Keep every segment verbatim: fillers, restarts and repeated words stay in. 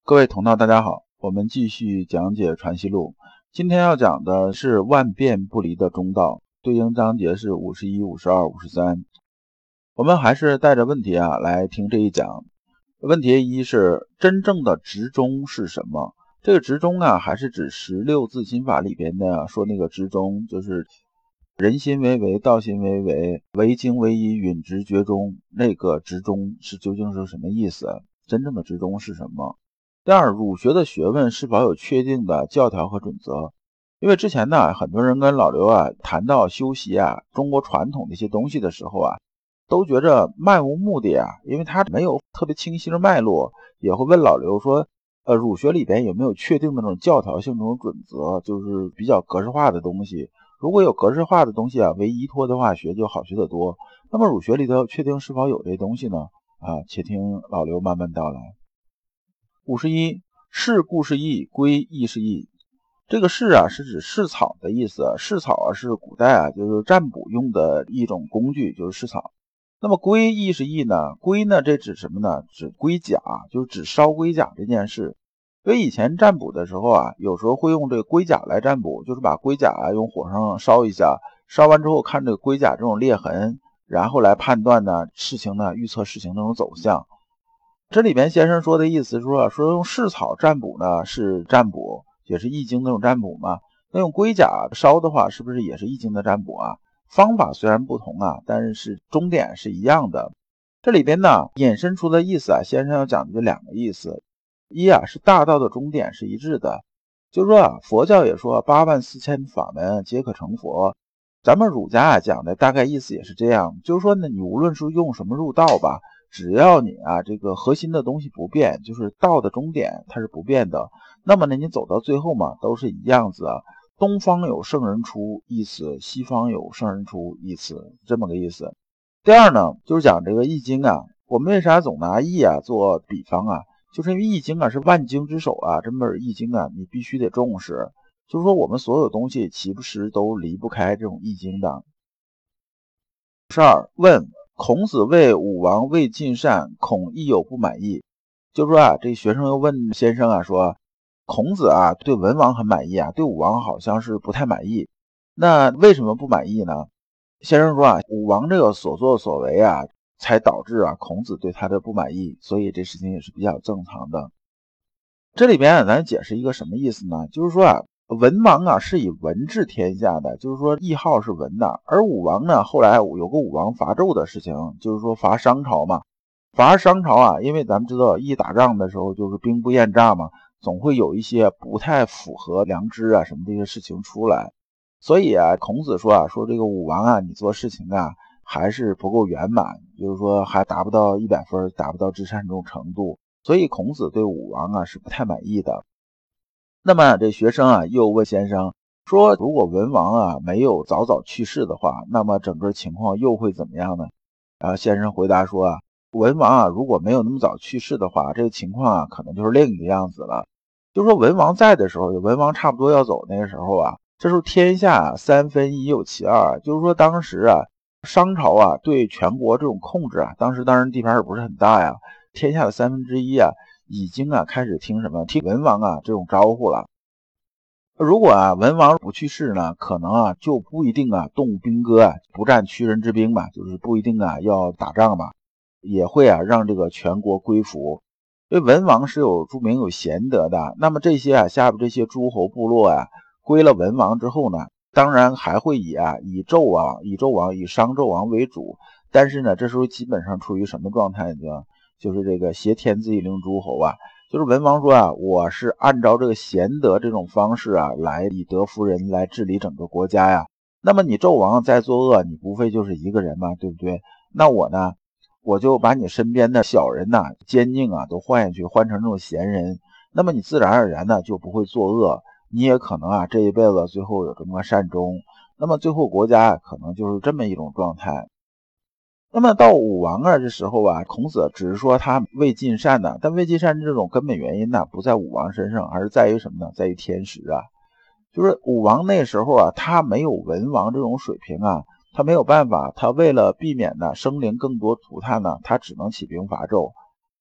各位同道大家好，我们继续讲解传习录。今天要讲的是万变不离的中道，对应章节是五十一、五十二、五十三。我们还是带着问题啊来听这一讲。问题一是真正的执中是什么？这个执中啊，还是指十六字心法里边的说那个执中，就是人心为为，道心为为，为精为一，允直觉中。那个执中是究竟是什么意思？真正的执中是什么？第二，儒学的学问是否有确定的教条和准则？因为之前呢，很多人跟老刘啊谈到修习啊，中国传统的一些东西的时候啊，都觉着漫无目的啊，因为他没有特别清晰的脉络，也会问老刘说，呃，儒学里边有没有确定的那种教条性、那种准则，就是比较格式化的东西。如果有格式化的东西啊为依托的话，学就好学得多。那么儒学里头确定是否有这东西呢？啊，且听老刘慢慢道来。五十一，蓍故是义，归亦是义。这个蓍啊是指蓍草的意思，蓍草啊是古代啊就是占卜用的一种工具，就是蓍草。那么归亦是义呢？归呢这指什么呢？指龟甲，就是指烧龟甲这件事。所以以前占卜的时候啊，有时候会用这个龟甲来占卜，就是把龟甲啊用火上烧一下，烧完之后看这个龟甲这种裂痕，然后来判断呢事情呢预测事情这种走向。这里边先生说的意思是说，说用蓍草占卜呢是占卜，也是易经那种占卜嘛。那用龟甲烧的话，是不是也是易经的占卜啊？方法虽然不同啊，但是终点是一样的。这里边呢引申出的意思啊，先生要讲的就两个意思。一啊是大道的终点是一致的，就是说啊，佛教也说八万四千法门皆可成佛。咱们儒家啊讲的大概意思也是这样，就是说呢，你无论是用什么入道吧，只要你啊这个核心的东西不变，就是道的终点它是不变的，那么呢你走到最后嘛都是一样子啊。东方有圣人出一词，西方有圣人出一词，这么个意思。第二呢就是讲这个易经啊，我们为啥总拿易啊做比方啊，就是因为易经啊是万经之首啊，这本易经啊你必须得重视，就是说我们所有东西其实都离不开这种易经的。十二，问孔子谓武王未尽善，孔亦有不满意。就是说啊，这学生又问先生啊，说孔子啊对文王很满意啊，对武王好像是不太满意，那为什么不满意呢？先生说啊，武王这个所作所为啊，才导致啊孔子对他的不满意，所以这事情也是比较正常的。这里边啊，咱解释一个什么意思呢？就是说啊，文王啊是以文治天下的，就是说谥号是文的，而武王呢，后来有个武王伐纣的事情，就是说伐商朝嘛。伐商朝啊，因为咱们知道一打仗的时候就是兵不厌诈嘛，总会有一些不太符合良知啊什么这些事情出来。所以啊，孔子说啊，说这个武王啊，你做事情啊还是不够圆满，就是说还达不到一百分，达不到至善这种程度。所以孔子对武王啊是不太满意的。那么这学生啊又问先生说，如果文王啊没有早早去世的话，那么整个情况又会怎么样呢？然后先生回答说啊，文王啊如果没有那么早去世的话，这个情况啊可能就是另一个样子了。就是说文王在的时候，文王差不多要走那个时候啊，这时候天下三分已有其二，就是说当时啊商朝啊对全国这种控制啊，当时当然地盘也不是很大呀，天下的三分之一啊已经啊开始听什么听文王啊这种招呼了。如果啊文王不去世呢，可能啊就不一定啊动兵戈啊，不战屈人之兵吧，就是不一定啊要打仗吧，也会啊让这个全国归服。因为文王是有著名有贤德的，那么这些啊下边这些诸侯部落啊归了文王之后呢，当然还会以啊以纣王以纣王以商纣王为主，但是呢这时候基本上处于什么状态呢？就是这个挟天子以令诸侯啊，就是文王说啊，我是按照这个贤德这种方式啊来以德服人，来治理整个国家呀。那么你纣王在作恶，你无非就是一个人嘛，对不对？那我呢我就把你身边的小人呐、奸佞啊都换下去，换成这种贤人，那么你自然而然呢就不会作恶，你也可能啊这一辈子最后有这么个善终，那么最后国家可能就是这么一种状态。那么到武王啊这时候啊，孔子只是说他未尽善呢，但未尽善这种根本原因呢不在武王身上，而是在于什么呢？在于天时啊。就是武王那时候啊，他没有文王这种水平啊，他没有办法，他为了避免呢生灵更多涂炭呢，他只能起兵伐纣。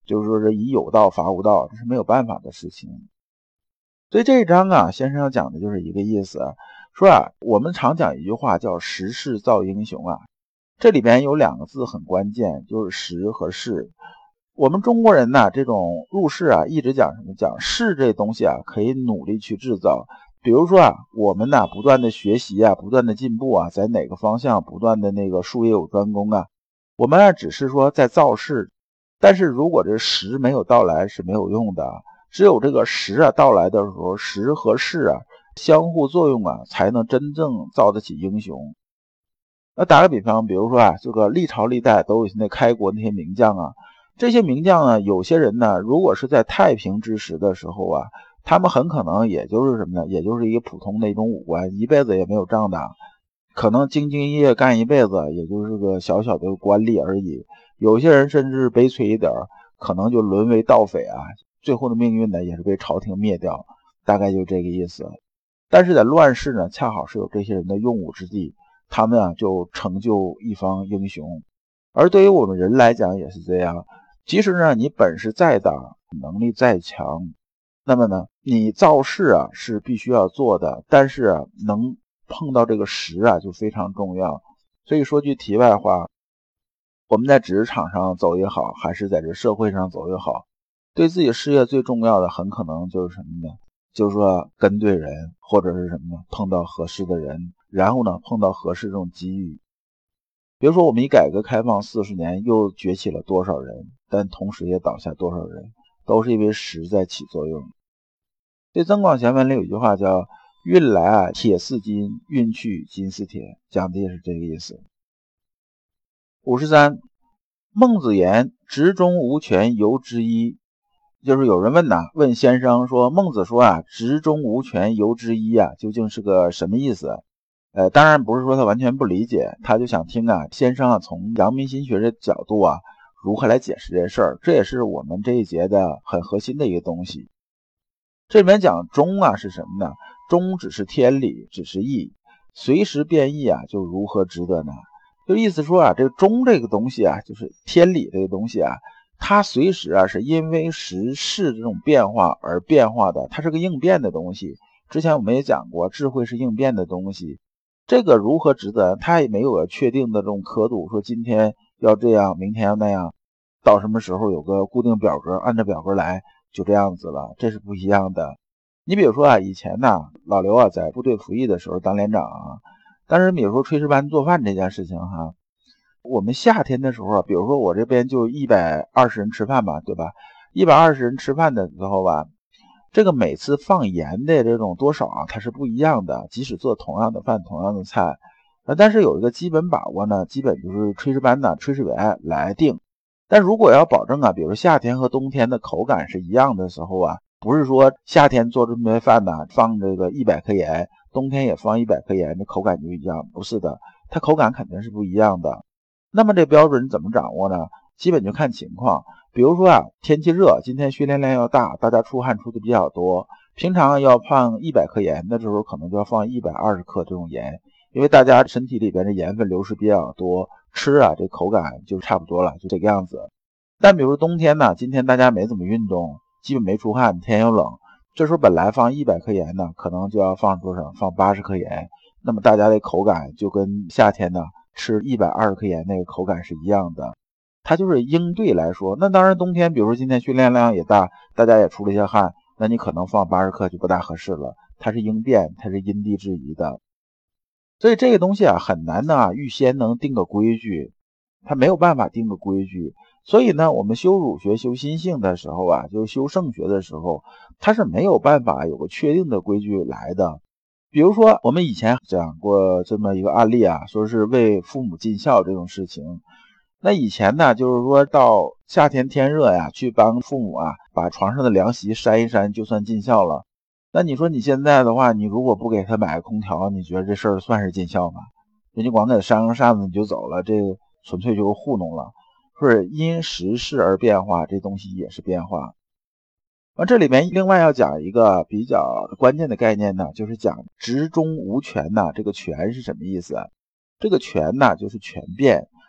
就是说是以有道伐无道，这是没有办法的事情。所以这一章啊，先生要讲的就是一个意思，说啊，我们常讲一句话叫时势造英雄啊，这里边有两个字很关键，就是时和势。我们中国人呢，这种入世啊，一直讲什么？讲势这东西啊，可以努力去制造。比如说啊，我们呢不断的学习啊，不断的进步啊，在哪个方向不断的那个术业有专攻啊，我们啊只是说在造势，但是如果这时没有到来是没有用的。只有这个时啊到来的时候，时和势啊相互作用啊，才能真正造得起英雄。那打个比方，比如说啊，这个历朝历代都有现在开国那些名将啊，这些名将呢，有些人呢，如果是在太平之时的时候啊，他们很可能也就是什么呢？也就是一个普通的一种武官，一辈子也没有仗打，可能兢兢业业干一辈子，也就是个小小的官吏而已。有些人甚至悲催一点，可能就沦为盗匪啊，最后的命运呢，也是被朝廷灭掉，大概就这个意思。但是在乱世呢，恰好是有这些人的用武之地，他们啊就成就一方英雄。而对于我们人来讲也是这样，即使呢你本事再大，能力再强，那么呢你造势啊是必须要做的，但是啊能碰到这个时啊就非常重要。所以说句题外话，我们在职场上走也好，还是在这社会上走也好，对自己事业最重要的很可能就是什么呢？就是说跟对人，或者是什么呢？碰到合适的人，然后呢碰到合适这种机遇。比如说我们以改革开放四十年又崛起了多少人，但同时也倒下多少人，都是因为时在起作用。所以《增广贤文》里有一句话叫运来啊铁似金，运去金似铁，讲的也是这个意思。五十三，孟子言直中无权由之一，就是有人问呐、啊，问先生说孟子说啊直中无权由之一啊，究竟是个什么意思？呃，当然不是说他完全不理解，他就想听啊先生啊从阳明心学的角度啊如何来解释这事儿，这也是我们这一节的很核心的一个东西。这里面讲中啊是什么呢？中只是天理，只是义，随时变异啊，就如何值得呢？就意思说啊，这个中这个东西啊，就是天理这个东西啊，它随时啊是因为时事这种变化而变化的，它是个应变的东西。之前我们也讲过，智慧是应变的东西。这个如何值得，它也没有确定的这种刻度，说今天要这样，明天要那样，到什么时候有个固定表格，按照表格来，就这样子了，这是不一样的。你比如说啊，以前呢，老刘啊在部队服役的时候当连长啊，但是比如说炊事班做饭这件事情哈，我们夏天的时候啊，比如说我这边就一百二十人吃饭吧，对吧？一百二十人吃饭的时候吧，这个每次放盐的这种多少啊，它是不一样的，即使做同样的饭、同样的菜，呃，但是有一个基本把握呢，基本就是炊事班的炊事员来定。但如果要保证啊，比如夏天和冬天的口感是一样的时候啊，不是说夏天做这么顿饭呢，放这个一百克盐，冬天也放一百克盐，这口感就一样，不是的，它口感肯定是不一样的。那么这标准怎么掌握呢？基本就看情况。比如说啊，天气热，今天训练量要大，大家出汗出的比较多，平常要放一百克盐，那时候可能就要放一百二十克这种盐，因为大家身体里边的盐分流失比较多，吃啊这口感就差不多了，就这个样子。但比如说冬天呢，今天大家没怎么运动，基本没出汗，天又冷，这时候本来放一百克盐呢，可能就要放多少？放八十克盐，那么大家的口感就跟夏天呢吃一百二十克盐那个口感是一样的。它就是应对来说，那当然冬天比如说今天训练量也大，大家也出了一些汗，那你可能放八十克就不大合适了，它是应变，它是因地制宜的。所以这个东西啊很难呢、啊、预先能定个规矩，它没有办法定个规矩。所以呢我们修儒学修心性的时候啊，就是修圣学的时候，它是没有办法有个确定的规矩来的。比如说我们以前讲过这么一个案例啊，说是为父母尽孝这种事情。那以前呢，就是说到夏天天热呀，去帮父母啊把床上的凉席扇一扇，就算尽孝了。那你说你现在的话，你如果不给他买个空调，你觉得这事儿算是尽孝吗？人家光给他扇个扇子你就走了，这个纯粹就是糊弄了。是因时势而变化，这东西也是变化。那这里面另外要讲一个比较关键的概念呢，就是讲直中无权呢，这个权是什么意思？这个权呢就是权变。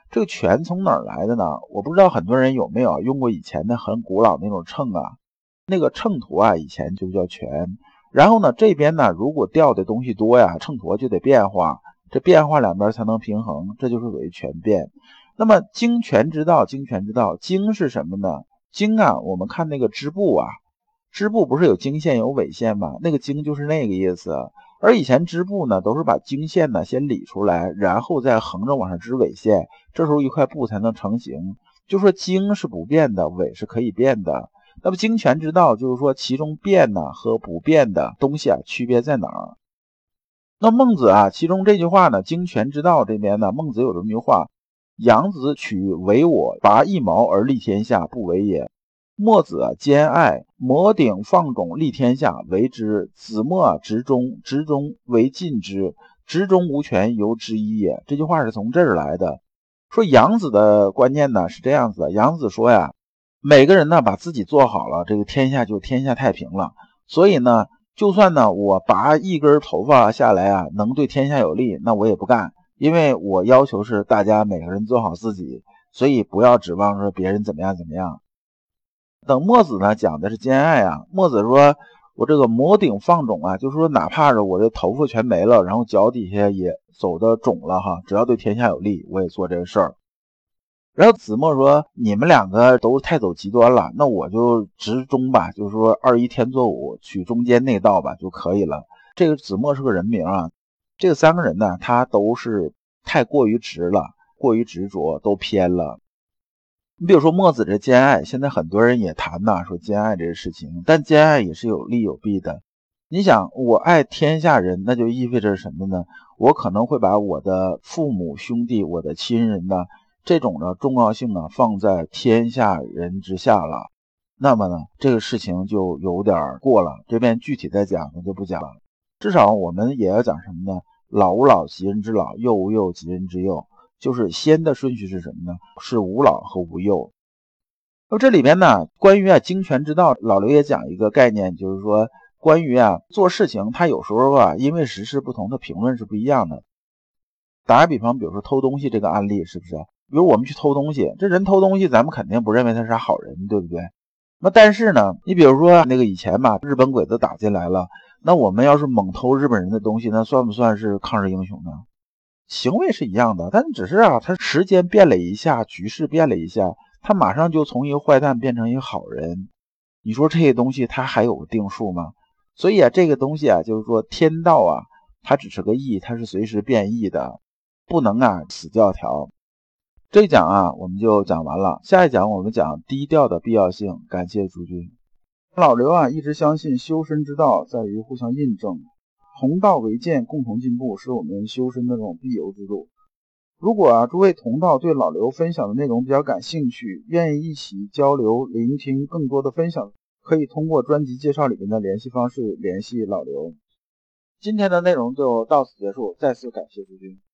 这个权从哪儿来的呢？我不知道很多人有没有用过以前的很古老那种秤啊，那个秤砣啊以前就叫权。然后呢这边呢如果掉的东西多呀，秤砣就得变化，这变化两边才能平衡，这就是属于权变。那么经权之道，经权之道，经是什么呢？经啊，我们看那个织布啊，织布不是有经线有纬线吗？那个经就是那个意思。而以前织布呢，都是把经线呢先理出来，然后再横着往上织纬线，这时候一块布才能成型。就说经是不变的，纬是可以变的。那么经权之道就是说其中变呢和不变的东西啊区别在哪儿？那孟子啊，其中这句话呢，经权之道这边呢，孟子有这么一句话：杨子取为我，拔一毛而利天下，不为也。墨子啊，兼爱，摩顶放踵，利天下，为之。子墨啊，执中，执中为尽之，执中无权，由之一也。这句话是从这儿来的。说杨子的观念呢是这样子的，杨子说呀，每个人呢把自己做好了，这个天下就天下太平了。所以呢，就算呢我拔一根头发下来啊，能对天下有利，那我也不干，因为我要求是大家每个人做好自己，所以不要指望说别人怎么样怎么样。等墨子呢讲的是兼爱啊，墨子说我这个摩顶放踵啊，就是说哪怕是我的头发全没了，然后脚底下也走的肿了哈，只要对天下有利，我也做这个事儿。然后子墨说你们两个都太走极端了，那我就直中吧，就是说二一天作五，取中间那道吧就可以了。这个子墨是个人名啊，这个三个人呢他都是太过于直了，过于执着，都偏了。你比如说墨子这兼爱，现在很多人也谈呐，说兼爱这个事情，但兼爱也是有利有弊的。你想我爱天下人，那就意味着什么呢？我可能会把我的父母兄弟我的亲人呢这种的重要性啊放在天下人之下了，那么呢这个事情就有点过了，这边具体再讲我就不讲了。至少我们也要讲什么呢？老吾老及人之老，幼吾幼及人之幼，就是先的顺序是什么呢？是无老和无幼。那么这里边呢关于啊经权之道，老刘也讲一个概念，就是说关于啊做事情，他有时候啊因为时事不同，他评论是不一样的。打个比方，比如说偷东西这个案例，是不是？比如我们去偷东西，这人偷东西咱们肯定不认为他是好人，对不对？那但是呢你比如说那个以前吧，日本鬼子打进来了，那我们要是猛偷日本人的东西，那算不算是抗日英雄呢？行为是一样的，但只是啊他时间变了一下，局势变了一下，他马上就从一个坏蛋变成一个好人。你说这些东西他还有个定数吗？所以啊这个东西啊就是说天道啊它只是个义，它是随时变异的，不能啊死教条。这一讲啊我们就讲完了，下一讲我们讲低调的必要性。感谢诸君。老刘啊一直相信修身之道在于互相印证，同道为鉴，共同进步是我们修身的这种必由之路。如果啊诸位同道对老刘分享的内容比较感兴趣，愿意一起交流聆听更多的分享，可以通过专辑介绍里面的联系方式联系老刘。今天的内容就到此结束，再次感谢诸君。